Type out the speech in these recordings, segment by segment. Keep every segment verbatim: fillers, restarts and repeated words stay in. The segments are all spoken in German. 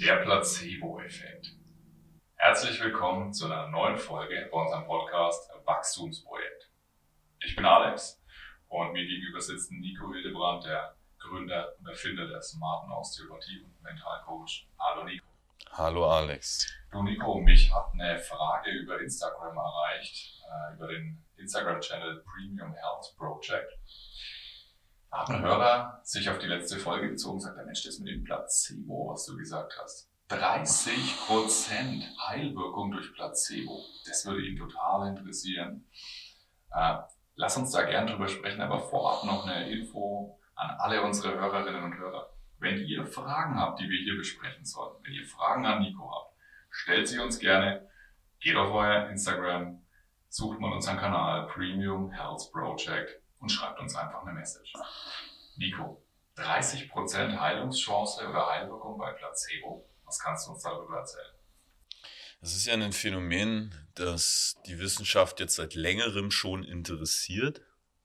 Der Placebo-Effekt. Herzlich willkommen zu einer neuen Folge bei unserem Podcast Wachstumsprojekt. Ich bin Alex und mir gegenüber sitzt Nico Hildebrand, der Gründer und Erfinder der smarten Osteopathie und Mentalcoach. Hallo Nico. Hallo Alex. Du Nico, mich hat eine Frage über Instagram erreicht, äh, über den Instagram-Channel Premium Health Project. Da hat ein Hörer sich auf die letzte Folge gezogen und sagt, der Mensch, das mit dem Placebo, was du gesagt hast. dreißig Prozent Heilwirkung durch Placebo. Das würde ihn total interessieren. Äh, lass uns da gern drüber sprechen, aber vorab noch eine Info an alle unsere Hörerinnen und Hörer. Wenn ihr Fragen habt, die wir hier besprechen sollten, wenn ihr Fragen an Nico habt, stellt sie uns gerne. Geht auf euer Instagram, sucht mal unseren Kanal Premium Health Project und schreibt uns einfach eine Message. Nico, dreißig Prozent Heilungschance oder Heilwirkung bei Placebo. Was kannst du uns darüber erzählen? Das ist ja ein Phänomen, das die Wissenschaft jetzt seit längerem schon interessiert,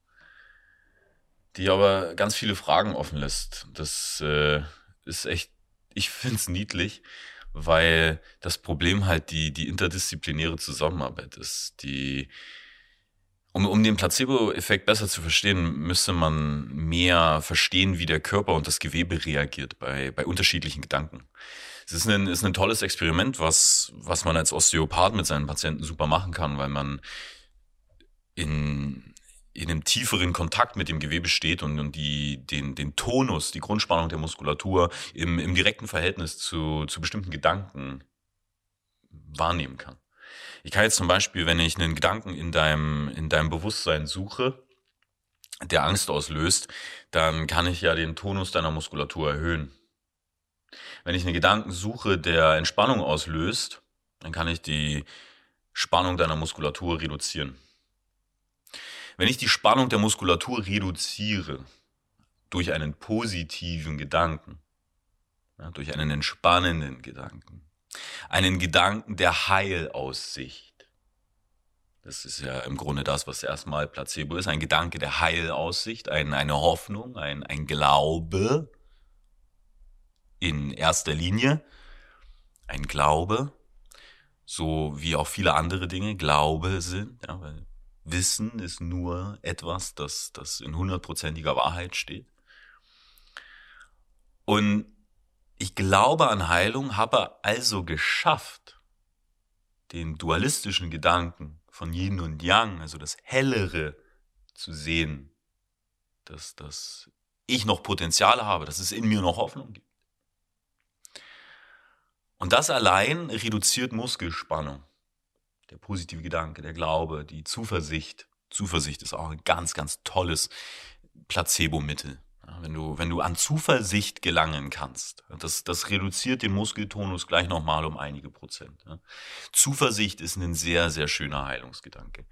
die aber ganz viele Fragen offen lässt. Das äh, ist echt, ich finde es niedlich, weil das Problem halt die, die interdisziplinäre Zusammenarbeit ist. Die, um, um den Placebo-Effekt besser zu verstehen, müsste man mehr verstehen, wie der Körper und das Gewebe reagiert bei, bei unterschiedlichen Gedanken. Es ist ein, ist ein tolles Experiment, was, was man als Osteopath mit seinen Patienten super machen kann, weil man in, in einem tieferen Kontakt mit dem Gewebe steht und, und die, den, den Tonus, die Grundspannung der Muskulatur im, im direkten Verhältnis zu, zu bestimmten Gedanken wahrnehmen kann. Ich kann jetzt zum Beispiel, wenn ich einen Gedanken in deinem, in deinem Bewusstsein suche, der Angst auslöst, dann kann ich ja den Tonus deiner Muskulatur erhöhen. Wenn ich einen Gedanken suche, der Entspannung auslöst, dann kann ich die Spannung deiner Muskulatur reduzieren. Wenn ich die Spannung der Muskulatur reduziere durch einen positiven Gedanken, ja, durch einen entspannenden Gedanken, einen Gedanken der Heilaussicht, das ist ja im Grunde das, was erstmal Placebo ist, ein Gedanke der Heilaussicht, ein, eine Hoffnung, ein, ein Glaube, in erster Linie ein Glaube, so wie auch viele andere Dinge Glaube sind, ja, weil Wissen ist nur etwas, das, das in hundertprozentiger Wahrheit steht. Und ich glaube an Heilung, habe also geschafft, den dualistischen Gedanken von Yin und Yang, also das Hellere, zu sehen, dass, dass ich noch Potenzial habe, dass es in mir noch Hoffnung gibt. Und das allein reduziert Muskelspannung. Der positive Gedanke, der Glaube, die Zuversicht. Zuversicht ist auch ein ganz, ganz tolles Placebo-Mittel. Ja, wenn du, wenn du an Zuversicht gelangen kannst, das, das reduziert den Muskeltonus gleich nochmal um einige Prozent. Ja. Zuversicht ist ein sehr, sehr schöner Heilungsgedanke.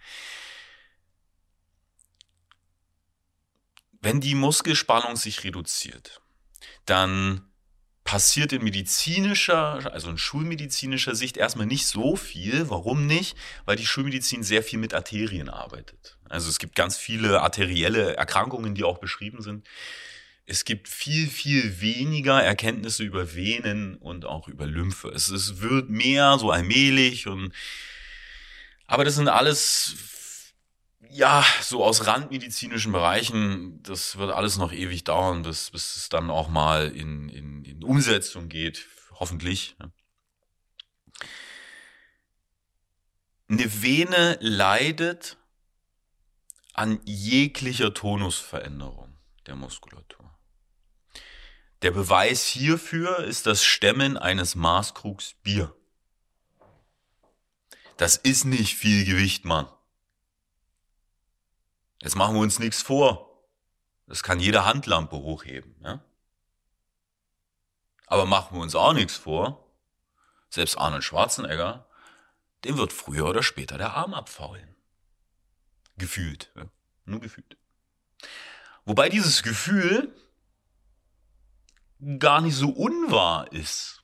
Wenn die Muskelspannung sich reduziert, dann passiert in medizinischer, also in schulmedizinischer Sicht erstmal nicht so viel. Warum nicht? Weil die Schulmedizin sehr viel mit Arterien arbeitet. Also es gibt ganz viele arterielle Erkrankungen, die auch beschrieben sind. Es gibt viel, viel weniger Erkenntnisse über Venen und auch über Lymphe. Es, es wird mehr so allmählich und, aber das sind alles, ja, so aus randmedizinischen Bereichen, das wird alles noch ewig dauern, bis, bis es dann auch mal in, in, in Umsetzung geht, hoffentlich. Eine Vene leidet an jeglicher Tonusveränderung der Muskulatur. Der Beweis hierfür ist das Stemmen eines Maßkrugs Bier. Das ist nicht viel Gewicht, Mann. Jetzt machen wir uns nichts vor. Das kann jede Handlampe hochheben. Ja? Aber machen wir uns auch nichts vor. Selbst Arnold Schwarzenegger, dem wird früher oder später der Arm abfaulen. Gefühlt. Ja? Nur gefühlt. Wobei dieses Gefühl gar nicht so unwahr ist.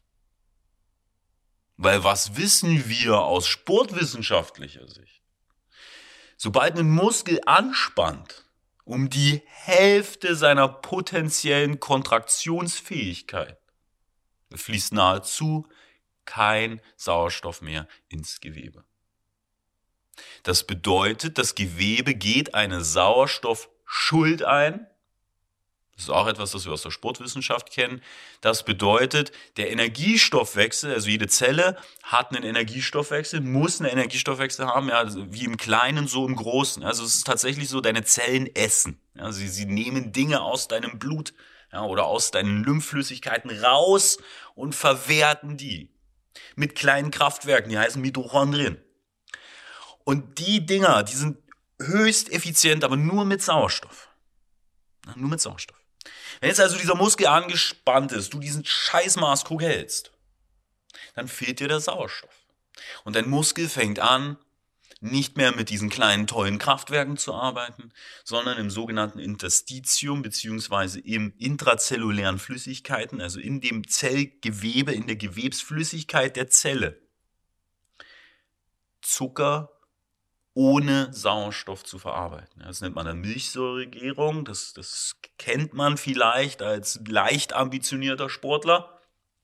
Weil was wissen wir aus sportwissenschaftlicher Sicht? Sobald ein Muskel anspannt, um die Hälfte seiner potenziellen Kontraktionsfähigkeit, Da fließt nahezu kein Sauerstoff mehr ins Gewebe. Das bedeutet, das Gewebe geht eine Sauerstoffschuld ein. Das ist auch etwas, das wir aus der Sportwissenschaft kennen. Das bedeutet, der Energiestoffwechsel, also jede Zelle hat einen Energiestoffwechsel, muss einen Energiestoffwechsel haben, ja, also wie im Kleinen, so im Großen. Also es ist tatsächlich so, deine Zellen essen. Ja, sie, sie nehmen Dinge aus deinem Blut, ja, oder aus deinen Lymphflüssigkeiten raus und verwerten die. Mit kleinen Kraftwerken, die heißen Mitochondrien. Und die Dinger, die sind höchst effizient, aber nur mit Sauerstoff. Ja, nur mit Sauerstoff. Wenn jetzt also dieser Muskel angespannt ist, du diesen Scheißmaßkrug hältst, dann fehlt dir der Sauerstoff. Und dein Muskel fängt an, nicht mehr mit diesen kleinen, tollen Kraftwerken zu arbeiten, sondern im sogenannten Interstitium beziehungsweise im intrazellulären Flüssigkeiten, also in dem Zellgewebe, in der Gewebsflüssigkeit der Zelle, Zucker ohne Sauerstoff zu verarbeiten. Das nennt man dann Milchsäuregärung, das, das kennt man vielleicht als leicht ambitionierter Sportler.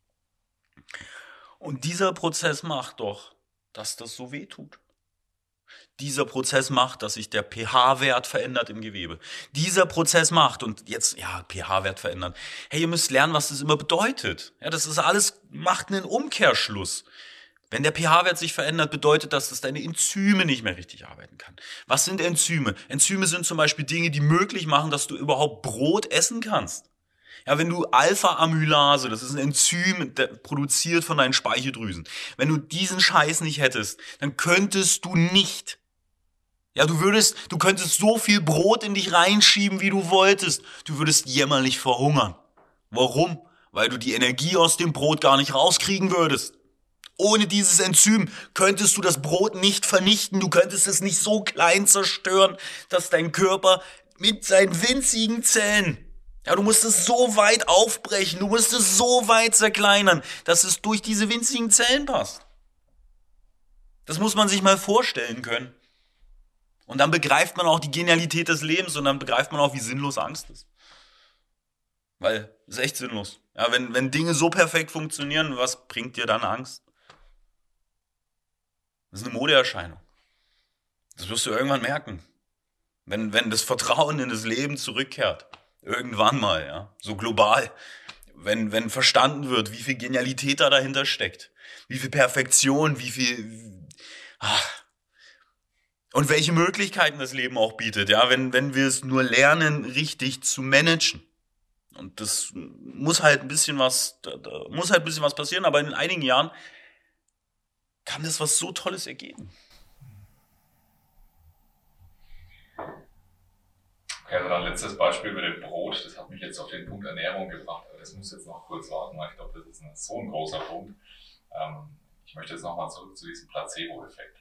Und dieser Prozess macht doch, dass das so weh tut. Dieser Prozess macht, dass sich der pH-Wert verändert im Gewebe. Dieser Prozess macht, und jetzt, ja, pH-Wert verändern. Hey, ihr müsst lernen, was das immer bedeutet. Ja, das ist alles, macht einen Umkehrschluss. Wenn der pH-Wert sich verändert, bedeutet das, dass deine Enzyme nicht mehr richtig arbeiten kann. Was sind Enzyme? Enzyme sind zum Beispiel Dinge, die möglich machen, dass du überhaupt Brot essen kannst. Ja, wenn du Alpha-Amylase, das ist ein Enzym, der produziert von deinen Speicheldrüsen. Wenn du diesen Scheiß nicht hättest, dann könntest du nicht. Ja, du würdest, du könntest so viel Brot in dich reinschieben, wie du wolltest. Du würdest jämmerlich verhungern. Warum? Weil du die Energie aus dem Brot gar nicht rauskriegen würdest. Ohne dieses Enzym könntest du das Brot nicht vernichten. Du könntest es nicht so klein zerstören, dass dein Körper mit seinen winzigen Zellen, ja, du musst es so weit aufbrechen, du musst es so weit zerkleinern, dass es durch diese winzigen Zellen passt. Das muss man sich mal vorstellen können. Und dann begreift man auch die Genialität des Lebens und dann begreift man auch, wie sinnlos Angst ist. Weil, es ist echt sinnlos. Ja, wenn, wenn Dinge so perfekt funktionieren, was bringt dir dann Angst? Das ist eine Modeerscheinung. Das wirst du irgendwann merken. Wenn, wenn das Vertrauen in das Leben zurückkehrt. Irgendwann mal, ja. So global. Wenn, wenn verstanden wird, wie viel Genialität da dahinter steckt. Wie viel Perfektion, wie viel, ach. Und welche Möglichkeiten das Leben auch bietet, ja. Wenn, wenn wir es nur lernen, richtig zu managen. Und das muss halt ein bisschen was, da, da muss halt ein bisschen was passieren, aber in einigen Jahren kann das was so Tolles ergeben. Okay, also dann letztes Beispiel mit dem Brot, das hat mich jetzt auf den Punkt Ernährung gebracht, aber das muss jetzt noch kurz warten, weil ich glaube, das ist ein, so ein großer Punkt. Ähm, ich möchte jetzt nochmal zurück zu diesem Placebo-Effekt.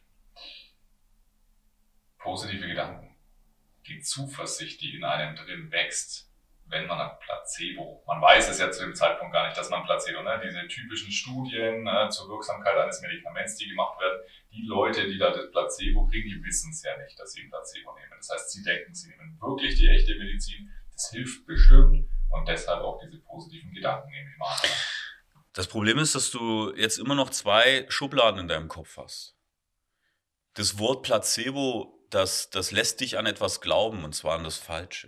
Positive Gedanken, die Zuversicht, die in einem drin wächst, wenn man ein Placebo, man weiß es ja zu dem Zeitpunkt gar nicht, dass man Placebo, ne, diese typischen Studien äh, zur Wirksamkeit eines Medikaments, die gemacht werden, die Leute, die da das Placebo kriegen, die wissen es ja nicht, dass sie ein Placebo nehmen. Das heißt, sie denken, sie nehmen wirklich die echte Medizin, das hilft bestimmt und deshalb auch diese positiven Gedanken, nehme ich mal an. Das Problem ist, dass du jetzt immer noch zwei Schubladen in deinem Kopf hast. Das Wort Placebo, das, das lässt dich an etwas glauben, und zwar an das Falsche.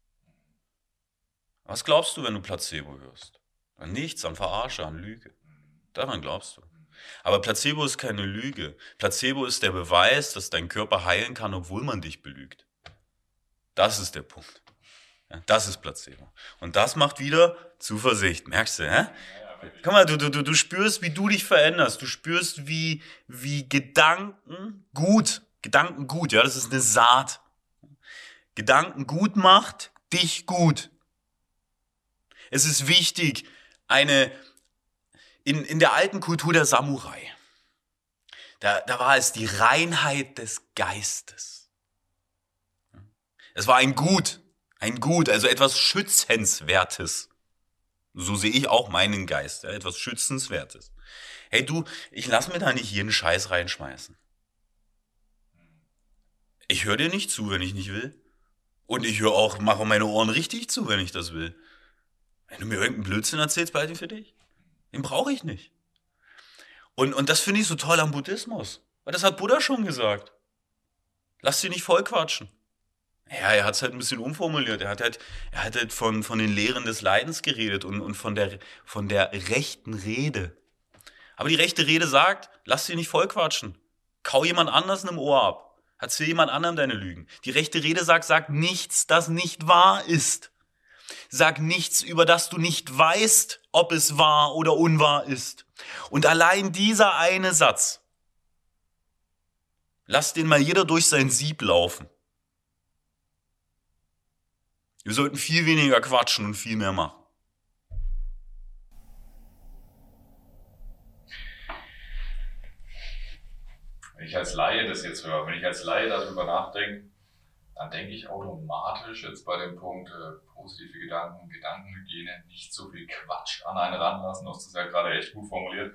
Was glaubst du, wenn du Placebo hörst? An nichts, an Verarsche, an Lüge. Daran glaubst du. Aber Placebo ist keine Lüge. Placebo ist der Beweis, dass dein Körper heilen kann, obwohl man dich belügt. Das ist der Punkt. Ja, das ist Placebo. Und das macht wieder Zuversicht. Merkst du, hä? Guck mal, du, du, du spürst, wie du dich veränderst. Du spürst, wie, wie Gedanken gut, Gedanken gut, ja, das ist eine Saat. Gedanken gut macht dich gut. Es ist wichtig, eine, in, in der alten Kultur der Samurai, da, da war es die Reinheit des Geistes. Es war ein Gut, ein Gut, also etwas Schützenswertes. So sehe ich auch meinen Geist, ja, etwas Schützenswertes. Hey du, ich lass mir da nicht jeden Scheiß reinschmeißen. Ich höre dir nicht zu, wenn ich nicht will. Und ich höre auch, mache meine Ohren richtig zu, wenn ich das will. Wenn du mir irgendeinen Blödsinn erzählst, behalte ich für dich. Den brauche ich nicht. Und, und das finde ich so toll am Buddhismus. Weil das hat Buddha schon gesagt. Lass dich nicht vollquatschen. Ja, er hat es halt ein bisschen umformuliert. Er hat halt, er hat halt von, von den Lehren des Leidens geredet und, und von, der, von der rechten Rede. Aber die rechte Rede sagt, lass dich nicht vollquatschen. Kau jemand anders in einem Ohr ab. Erzähl jemand anderem deine Lügen. Die rechte Rede sagt, sag nichts, das nicht wahr ist. Sag nichts, über das du nicht weißt, ob es wahr oder unwahr ist. Und allein dieser eine Satz, lass den mal jeder durch sein Sieb laufen. Wir sollten viel weniger quatschen und viel mehr machen. Wenn ich als Laie das jetzt höre, wenn ich als Laie darüber nachdenke, dann denke ich automatisch jetzt bei dem Punkt äh, positive Gedanken, Gedankenhygiene, nicht so viel Quatsch an einen ranlassen. Du hast das ja gerade echt gut formuliert.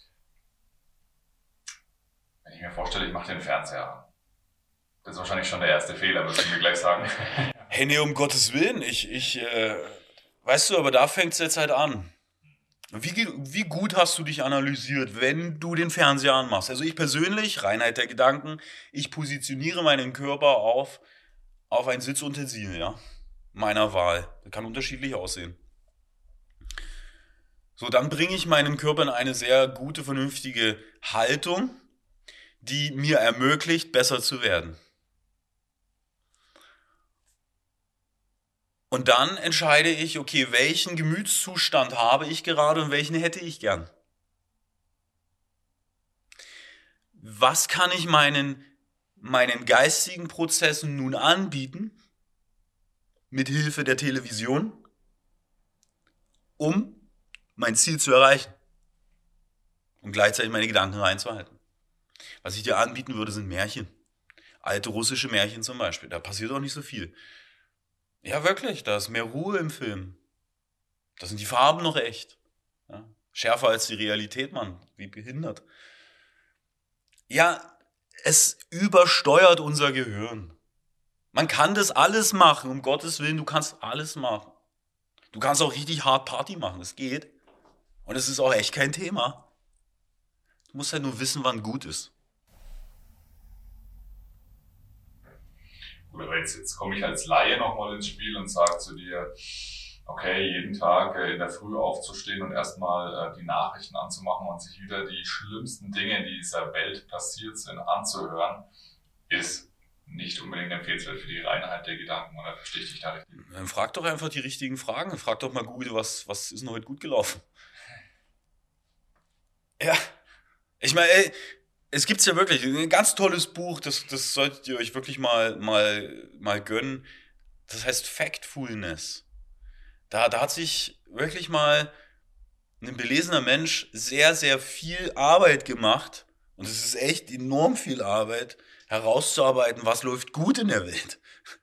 Wenn ich mir vorstelle, ich mache den Fernseher an. Das ist wahrscheinlich schon der erste Fehler, wirst du mir gleich sagen. Hey, nee, um Gottes Willen. Ich, ich, äh, weißt du, aber da fängt es jetzt halt an. Wie, wie gut hast du dich analysiert, wenn du den Fernseher anmachst? Also ich persönlich, Reinheit der Gedanken, ich positioniere meinen Körper auf, auf ein Sitzutensil, ja, meiner Wahl. Das kann unterschiedlich aussehen. So, dann bringe ich meinen Körper in eine sehr gute, vernünftige Haltung, die mir ermöglicht, besser zu werden. Und dann entscheide ich, okay, welchen Gemütszustand habe ich gerade und welchen hätte ich gern? Was kann ich meinen, meinen geistigen Prozessen nun anbieten, mit Hilfe der Television, um mein Ziel zu erreichen und gleichzeitig meine Gedanken reinzuhalten? Was ich dir anbieten würde, sind Märchen. Alte russische Märchen zum Beispiel. Da passiert auch nicht so viel. Ja, wirklich, da ist mehr Ruhe im Film. Da sind die Farben noch echt. Ja, schärfer als die Realität, Mann. Wie behindert. Ja, es übersteuert unser Gehirn. Man kann das alles machen, um Gottes Willen, du kannst alles machen. Du kannst auch richtig hart Party machen, das geht. Und es ist auch echt kein Thema. Du musst halt nur wissen, wann gut ist. Gut, aber jetzt, jetzt komme ich als Laie nochmal ins Spiel und sage zu dir, okay, jeden Tag äh, in der Früh aufzustehen und erstmal äh, die Nachrichten anzumachen und sich wieder die schlimmsten Dinge, die in dieser Welt passiert sind, anzuhören, ist nicht unbedingt empfehlenswert für die Reinheit der Gedanken, oder verstehe ich dich da richtig? Dann frag doch einfach die richtigen Fragen. Frag doch mal Google, was, was ist denn heute gut gelaufen? Ja, ich meine, ey, es gibt's ja wirklich ein ganz tolles Buch, das, das solltet ihr euch wirklich mal, mal, mal gönnen. Das heißt Factfulness. Da, da hat sich wirklich mal ein belesener Mensch sehr, sehr viel Arbeit gemacht. Und es ist echt enorm viel Arbeit, herauszuarbeiten, was läuft gut in der Welt.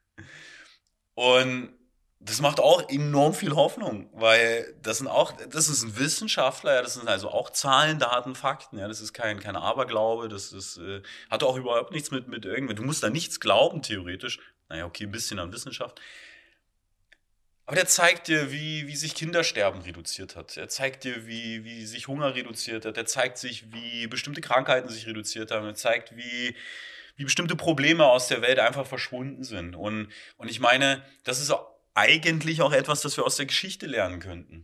Und das macht auch enorm viel Hoffnung, weil das sind auch, das ist ein Wissenschaftler, ja, das sind also auch Zahlen, Daten, Fakten, ja, das ist kein, kein Aberglaube, das ist, äh, hat auch überhaupt nichts mit, mit irgendwas, du musst da nichts glauben, theoretisch. Naja, okay, ein bisschen an Wissenschaft. Aber der zeigt dir, wie, wie sich Kindersterben reduziert hat. Er zeigt dir, wie, wie sich Hunger reduziert hat. Er zeigt sich, wie bestimmte Krankheiten sich reduziert haben. Er zeigt, wie, wie bestimmte Probleme aus der Welt einfach verschwunden sind. Und, und ich meine, das ist eigentlich auch etwas, das wir aus der Geschichte lernen könnten.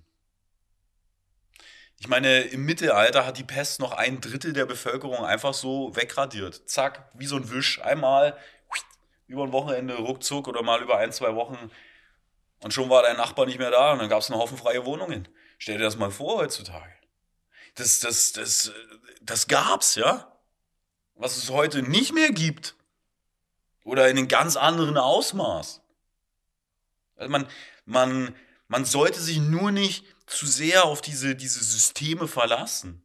Ich meine, im Mittelalter hat die Pest noch ein Drittel der Bevölkerung einfach so wegradiert. Zack, wie so ein Wisch. Einmal über ein Wochenende ruckzuck oder mal über ein, zwei Wochen. Und schon war dein Nachbar nicht mehr da und dann gab es einen Haufen freie Wohnungen. Stell dir das mal vor heutzutage. Das, das, das, das gab's, ja? Was es heute nicht mehr gibt. Oder in einem ganz anderen Ausmaß. Also man, man, man sollte sich nur nicht zu sehr auf diese, diese Systeme verlassen.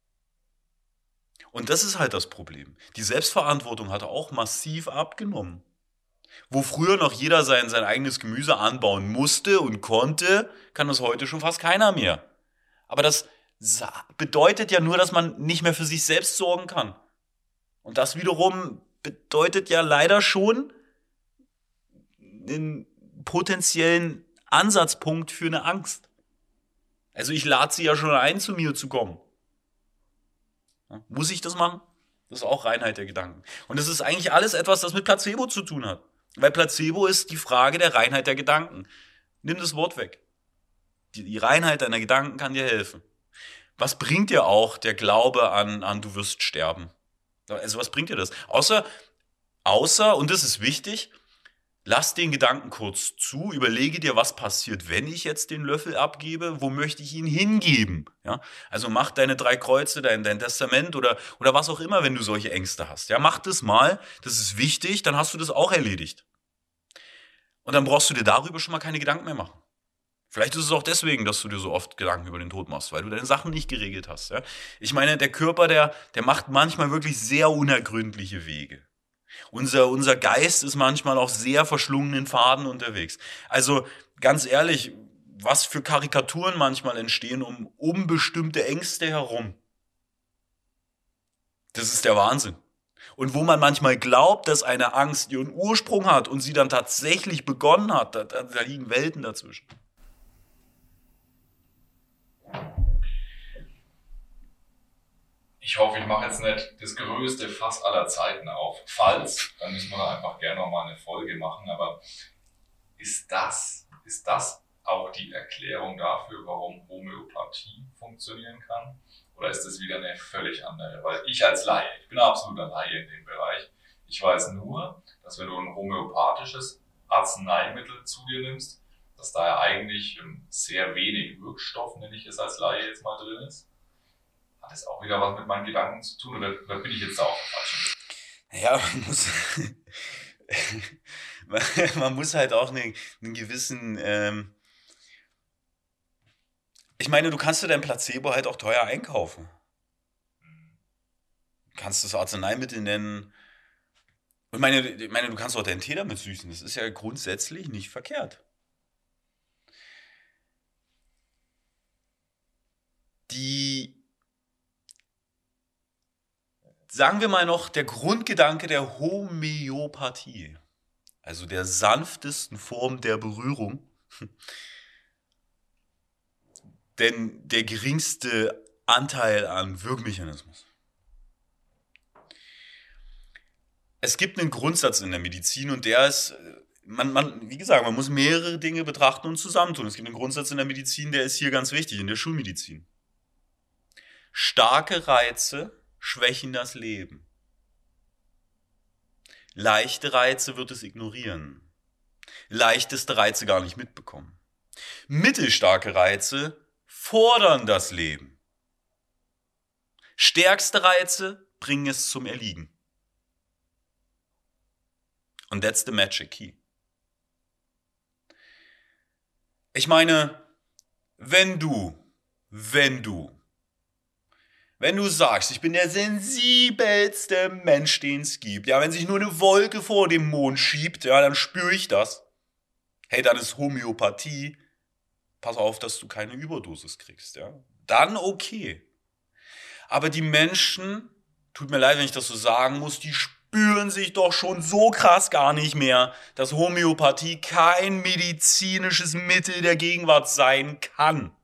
Und das ist halt das Problem. Die Selbstverantwortung hat auch massiv abgenommen. Wo früher noch jeder sein, sein eigenes Gemüse anbauen musste und konnte, kann das heute schon fast keiner mehr. Aber das bedeutet ja nur, dass man nicht mehr für sich selbst sorgen kann. Und das wiederum bedeutet ja leider schon einen potenziellen Ansatzpunkt für eine Angst. Also ich lade sie ja schon ein, zu mir zu kommen. Ja, muss ich das machen? Das ist auch Reinheit der Gedanken. Und das ist eigentlich alles etwas, das mit Placebo zu tun hat. Weil Placebo ist die Frage der Reinheit der Gedanken. Nimm das Wort weg. Die, die Reinheit deiner Gedanken kann dir helfen. Was bringt dir auch der Glaube an, an du wirst sterben? Also was bringt dir das? Außer, außer, und das ist wichtig, lass den Gedanken kurz zu, überlege dir, was passiert, wenn ich jetzt den Löffel abgebe, wo möchte ich ihn hingeben? Ja? Also mach deine drei Kreuze, dein, dein Testament oder, oder was auch immer, wenn du solche Ängste hast. Ja, mach das mal, das ist wichtig, dann hast du das auch erledigt. Und dann brauchst du dir darüber schon mal keine Gedanken mehr machen. Vielleicht ist es auch deswegen, dass du dir so oft Gedanken über den Tod machst, weil du deine Sachen nicht geregelt hast. Ja? Ich meine, der Körper, der, der macht manchmal wirklich sehr unergründliche Wege. Unser, unser Geist ist manchmal auf sehr verschlungenen Pfaden unterwegs. Also ganz ehrlich, was für Karikaturen manchmal entstehen um, um bestimmte Ängste herum. Das ist der Wahnsinn. Und wo man manchmal glaubt, dass eine Angst ihren Ursprung hat und sie dann tatsächlich begonnen hat, da, da, da liegen Welten dazwischen. Ich hoffe, ich mache jetzt nicht das größte Fass aller Zeiten auf. Falls, dann müssen wir da einfach gerne nochmal eine Folge machen. Aber ist das, ist das auch die Erklärung dafür, warum Homöopathie funktionieren kann? Oder ist das wieder eine völlig andere? Weil ich als Laie, ich bin absoluter Laie in dem Bereich, ich weiß nur, dass wenn du ein homöopathisches Arzneimittel zu dir nimmst, dass da ja eigentlich sehr wenig Wirkstoff, nenne ich es als Laie, jetzt mal drin ist. Hat das auch wieder was mit meinen Gedanken zu tun oder, oder bin ich jetzt da auf der falschen? Ja, man muss, man muss halt auch einen, einen gewissen, ähm ich meine, du kannst dir dein Placebo halt auch teuer einkaufen. Du kannst das Arzneimittel nennen. Und meine, ich meine, du kannst auch deinen Tee damit süßen. Das ist ja grundsätzlich nicht verkehrt. Die, sagen wir mal noch, der Grundgedanke der Homöopathie, also der sanftesten Form der Berührung, denn der geringste Anteil an Wirkmechanismus. Es gibt einen Grundsatz in der Medizin und der ist, man, man, wie gesagt, man muss mehrere Dinge betrachten und zusammentun. Es gibt einen Grundsatz in der Medizin, der ist hier ganz wichtig, in der Schulmedizin. Starke Reize schwächen das Leben. Leichte Reize wird es ignorieren. Leichteste Reize gar nicht mitbekommen. Mittelstarke Reize fordern das Leben. Stärkste Reize bringen es zum Erliegen. Und that's the magic key. Ich meine, wenn du, wenn du, wenn du sagst, ich bin der sensibelste Mensch, den es gibt, ja, wenn sich nur eine Wolke vor dem Mond schiebt, ja, dann spüre ich das. Hey, dann ist Homöopathie, pass auf, dass du keine Überdosis kriegst, ja. Dann okay. Aber die Menschen, tut mir leid, wenn ich das so sagen muss, die spüren sich doch schon so krass gar nicht mehr, dass Homöopathie kein medizinisches Mittel der Gegenwart sein kann.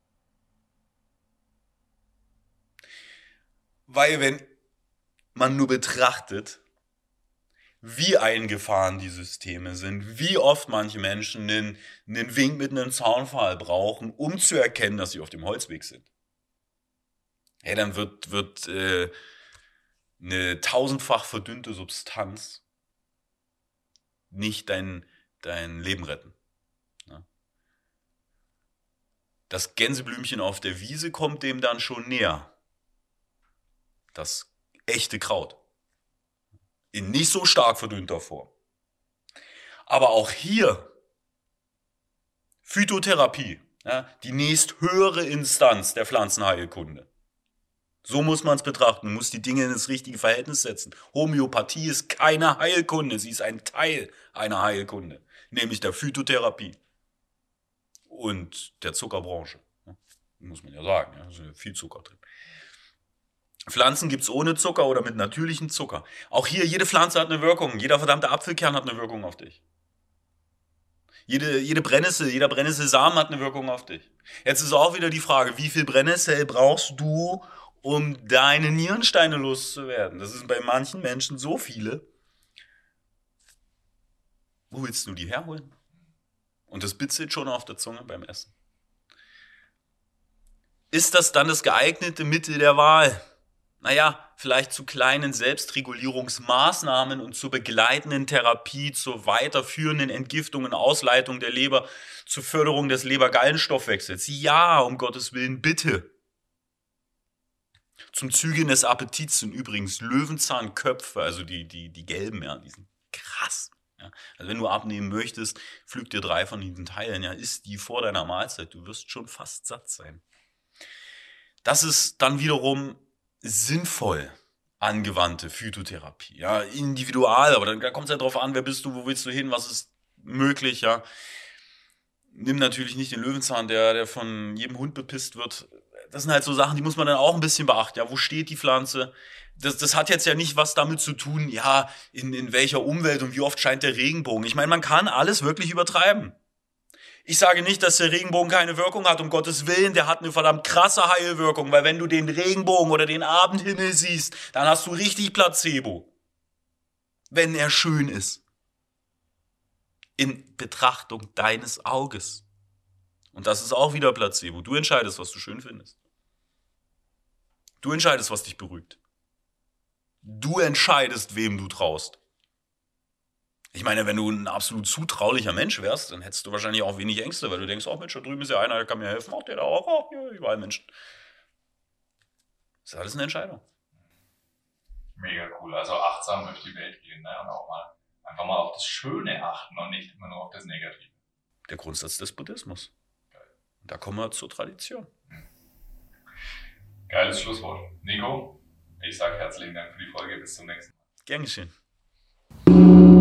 Weil wenn man nur betrachtet, wie eingefahren die Systeme sind, wie oft manche Menschen einen, einen Wink mit einem Zaunpfahl brauchen, um zu erkennen, dass sie auf dem Holzweg sind. Hey, dann wird, wird äh, eine tausendfach verdünnte Substanz nicht dein, dein Leben retten. Ja? Das Gänseblümchen auf der Wiese kommt dem dann schon näher. Das echte Kraut. In nicht so stark verdünnter Form. Aber auch hier Phytotherapie, ja, die nächsthöhere Instanz der Pflanzenheilkunde. So muss man es betrachten, man muss die Dinge in das richtige Verhältnis setzen. Homöopathie ist keine Heilkunde, sie ist ein Teil einer Heilkunde, nämlich der Phytotherapie und der Zuckerbranche. Muss man ja sagen, da ist viel Zucker drin. Pflanzen gibt's ohne Zucker oder mit natürlichem Zucker. Auch hier, jede Pflanze hat eine Wirkung. Jeder verdammte Apfelkern hat eine Wirkung auf dich. Jede, jede Brennnessel, jeder Brennnesselsamen hat eine Wirkung auf dich. Jetzt ist auch wieder die Frage, wie viel Brennnessel brauchst du, um deine Nierensteine loszuwerden? Das sind bei manchen Menschen so viele. Wo willst du die herholen? Und das bitzelt schon auf der Zunge beim Essen. Ist das dann das geeignete Mittel der Wahl? Naja, vielleicht zu kleinen Selbstregulierungsmaßnahmen und zur begleitenden Therapie, zur weiterführenden Entgiftung und Ausleitung der Leber, zur Förderung des Leber-Gallenstoffwechsels. Ja, um Gottes Willen, bitte. Zum Zügeln des Appetits sind übrigens Löwenzahnköpfe, also die, die, die gelben, ja, die sind krass. Ja. Also wenn du abnehmen möchtest, pflück dir drei von diesen Teilen, ja, isst die vor deiner Mahlzeit, du wirst schon fast satt sein. Das ist dann wiederum sinnvoll angewandte Phytotherapie, ja, individual, aber dann kommt es ja drauf an, wer bist du, wo willst du hin, was ist möglich, ja. Nimm natürlich nicht den Löwenzahn, der, der von jedem Hund bepisst wird. Das sind halt so Sachen, die muss man dann auch ein bisschen beachten, ja, wo steht die Pflanze? Das, das hat jetzt ja nicht was damit zu tun, ja, in, in welcher Umwelt und wie oft scheint der Regenbogen. Ich meine, man kann alles wirklich übertreiben. Ich sage nicht, dass der Regenbogen keine Wirkung hat, um Gottes Willen, der hat eine verdammt krasse Heilwirkung, weil wenn du den Regenbogen oder den Abendhimmel siehst, dann hast du richtig Placebo. Wenn er schön ist. In Betrachtung deines Auges. Und das ist auch wieder Placebo. Du entscheidest, was du schön findest. Du entscheidest, was dich beruhigt. Du entscheidest, wem du traust. Ich meine, wenn du ein absolut zutraulicher Mensch wärst, dann hättest du wahrscheinlich auch wenig Ängste, weil du denkst, oh Mensch, da drüben ist ja einer, der kann mir helfen, auch der da auch, oh, ja, überall Menschen. Das ist alles eine Entscheidung. Mega cool. Also achtsam durch die Welt gehen, ne? Und auch mal einfach mal auf das Schöne achten und nicht immer nur auf das Negative. Der Grundsatz des Buddhismus. Da kommen wir zur Tradition. Geiles Schlusswort. Nico, ich sage herzlichen Dank für die Folge. Bis zum nächsten Mal. Gern geschehen.